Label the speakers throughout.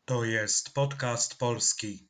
Speaker 1: To jest podcast polski.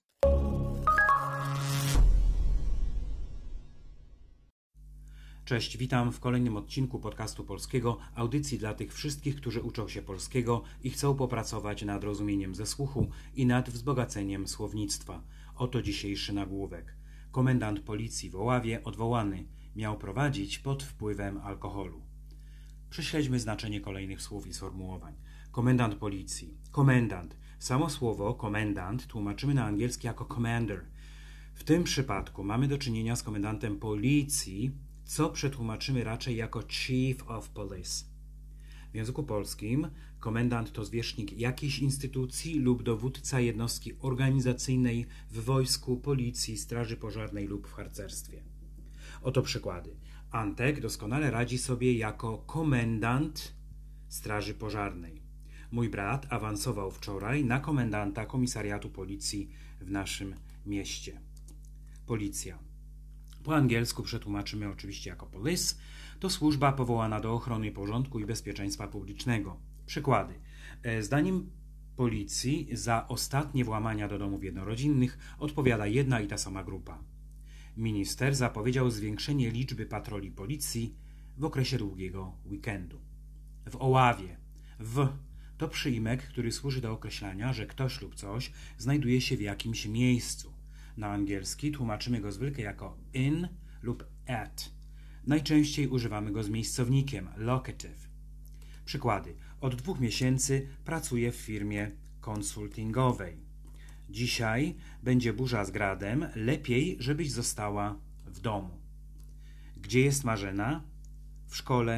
Speaker 2: Cześć, witam w kolejnym odcinku podcastu polskiego, audycji dla tych wszystkich, którzy uczą się polskiego i chcą popracować nad rozumieniem ze słuchu i nad wzbogaceniem słownictwa. Oto dzisiejszy nagłówek. Komendant policji w Oławie odwołany miał prowadzić pod wpływem alkoholu. Prześledźmy znaczenie kolejnych słów i sformułowań. Komendant policji. Komendant. Samo słowo komendant tłumaczymy na angielski jako commander. W tym przypadku mamy do czynienia z komendantem policji, co przetłumaczymy raczej jako Chief of Police. W języku polskim komendant to zwierzchnik jakiejś instytucji lub dowódca jednostki organizacyjnej w wojsku, policji, straży pożarnej lub w harcerstwie. Oto przykłady. Antek doskonale radzi sobie jako komendant straży pożarnej. Mój brat awansował wczoraj na komendanta komisariatu policji w naszym mieście. Policja. Po angielsku przetłumaczymy oczywiście jako police. To służba powołana do ochrony porządku i bezpieczeństwa publicznego. Przykłady. Zdaniem policji za ostatnie włamania do domów jednorodzinnych odpowiada jedna i ta sama grupa. Minister zapowiedział zwiększenie liczby patroli policji w okresie długiego weekendu. W Oławie. To przyimek, który służy do określania, że ktoś lub coś znajduje się w jakimś miejscu. Na angielski tłumaczymy go zwykle jako in lub at. Najczęściej używamy go z miejscownikiem locative. Przykłady. Od 2 miesięcy pracuję w firmie konsultingowej. Dzisiaj będzie burza z gradem. Lepiej, żebyś została w domu. Gdzie jest Marzena? W szkole.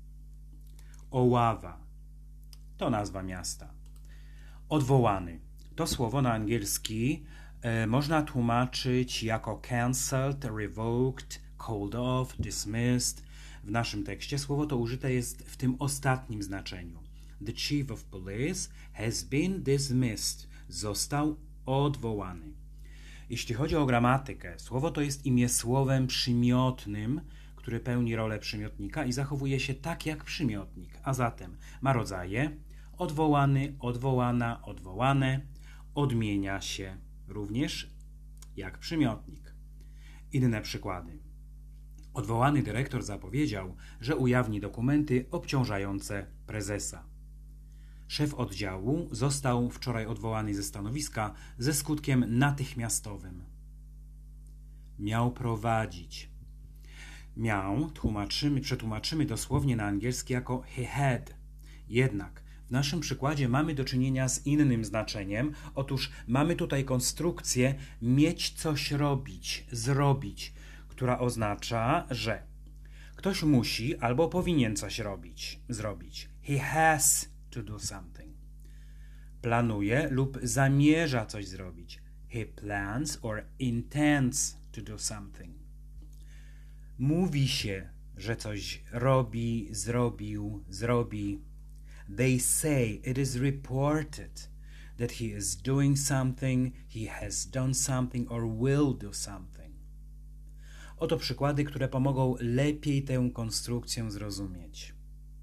Speaker 2: Oława. To nazwa miasta. Odwołany. To słowo na angielski można tłumaczyć jako cancelled, revoked, called off, dismissed. W naszym tekście słowo to użyte jest w tym ostatnim znaczeniu. The chief of police has been dismissed. Został odwołany. Jeśli chodzi o gramatykę, słowo to jest imię przymiotnym, które pełni rolę przymiotnika i zachowuje się tak jak przymiotnik, a zatem ma rodzaje odwołany, odwołana, odwołane, odmienia się również jak przymiotnik. Inne przykłady. Odwołany dyrektor zapowiedział, że ujawni dokumenty obciążające prezesa. Szef oddziału został wczoraj odwołany ze stanowiska ze skutkiem natychmiastowym. Miał prowadzić. Miał przetłumaczymy dosłownie na angielski jako he had. Jednak w naszym przykładzie mamy do czynienia z innym znaczeniem. Otóż mamy tutaj konstrukcję mieć coś robić, zrobić, która oznacza, że ktoś musi albo powinien coś zrobić. He has to do something. Planuje lub zamierza coś zrobić. He plans or intends to do something. Mówi się, że coś robi, zrobił, zrobi. They say it is reported that he is doing something, he has done something or will do something. Oto przykłady, które pomogą lepiej tę konstrukcję zrozumieć.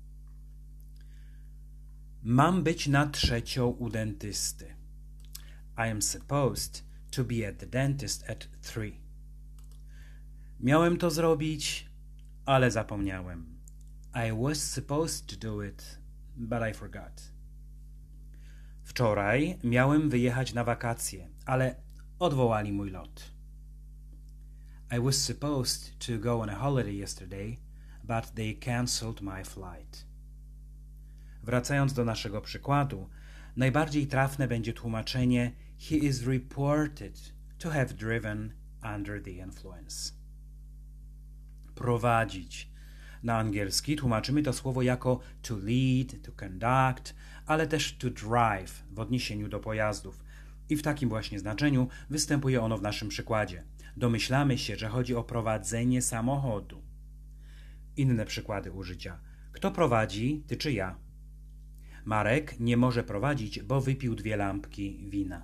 Speaker 2: Mam być na 3:00 u dentysty. I am supposed to be at the dentist at 3. Miałem to zrobić, ale zapomniałem. I was supposed to do it, but I forgot. Wczoraj miałem wyjechać na wakacje, ale odwołali mój lot. I was supposed to go on a holiday yesterday, but they cancelled my flight. Wracając do naszego przykładu, najbardziej trafne będzie tłumaczenie he is reported to have driven under the influence. Prowadzić. Na angielski tłumaczymy to słowo jako to lead, to conduct, ale też to drive w odniesieniu do pojazdów. I w takim właśnie znaczeniu występuje ono w naszym przykładzie. Domyślamy się, że chodzi o prowadzenie samochodu. Inne przykłady użycia. Kto prowadzi, ty czy ja? Marek nie może prowadzić, bo wypił 2 lampki wina.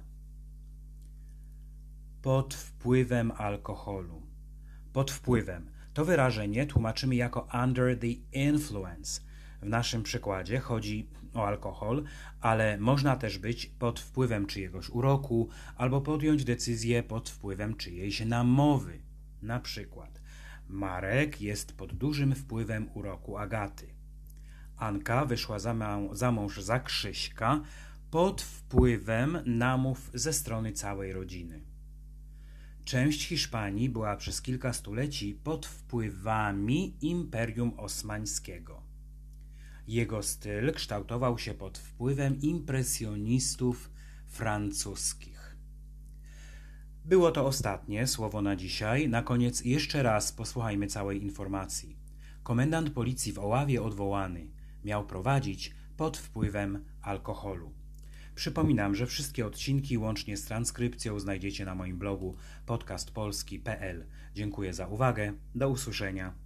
Speaker 2: Pod wpływem alkoholu. Pod wpływem. To wyrażenie tłumaczymy jako under the influence. W naszym przykładzie chodzi o alkohol, ale można też być pod wpływem czyjegoś uroku albo podjąć decyzję pod wpływem czyjejś namowy. Na przykład Marek jest pod dużym wpływem uroku Agaty. Anka wyszła za mąż za Krzyśka pod wpływem namów ze strony całej rodziny. Część Hiszpanii była przez kilka stuleci pod wpływami Imperium Osmańskiego. Jego styl kształtował się pod wpływem impresjonistów francuskich. Było to ostatnie słowo na dzisiaj. Na koniec jeszcze raz posłuchajmy całej informacji. Komendant policji w Oławie odwołany miał prowadzić pod wpływem alkoholu. Przypominam, że wszystkie odcinki łącznie z transkrypcją znajdziecie na moim blogu podcastpolski.pl. Dziękuję za uwagę. Do usłyszenia.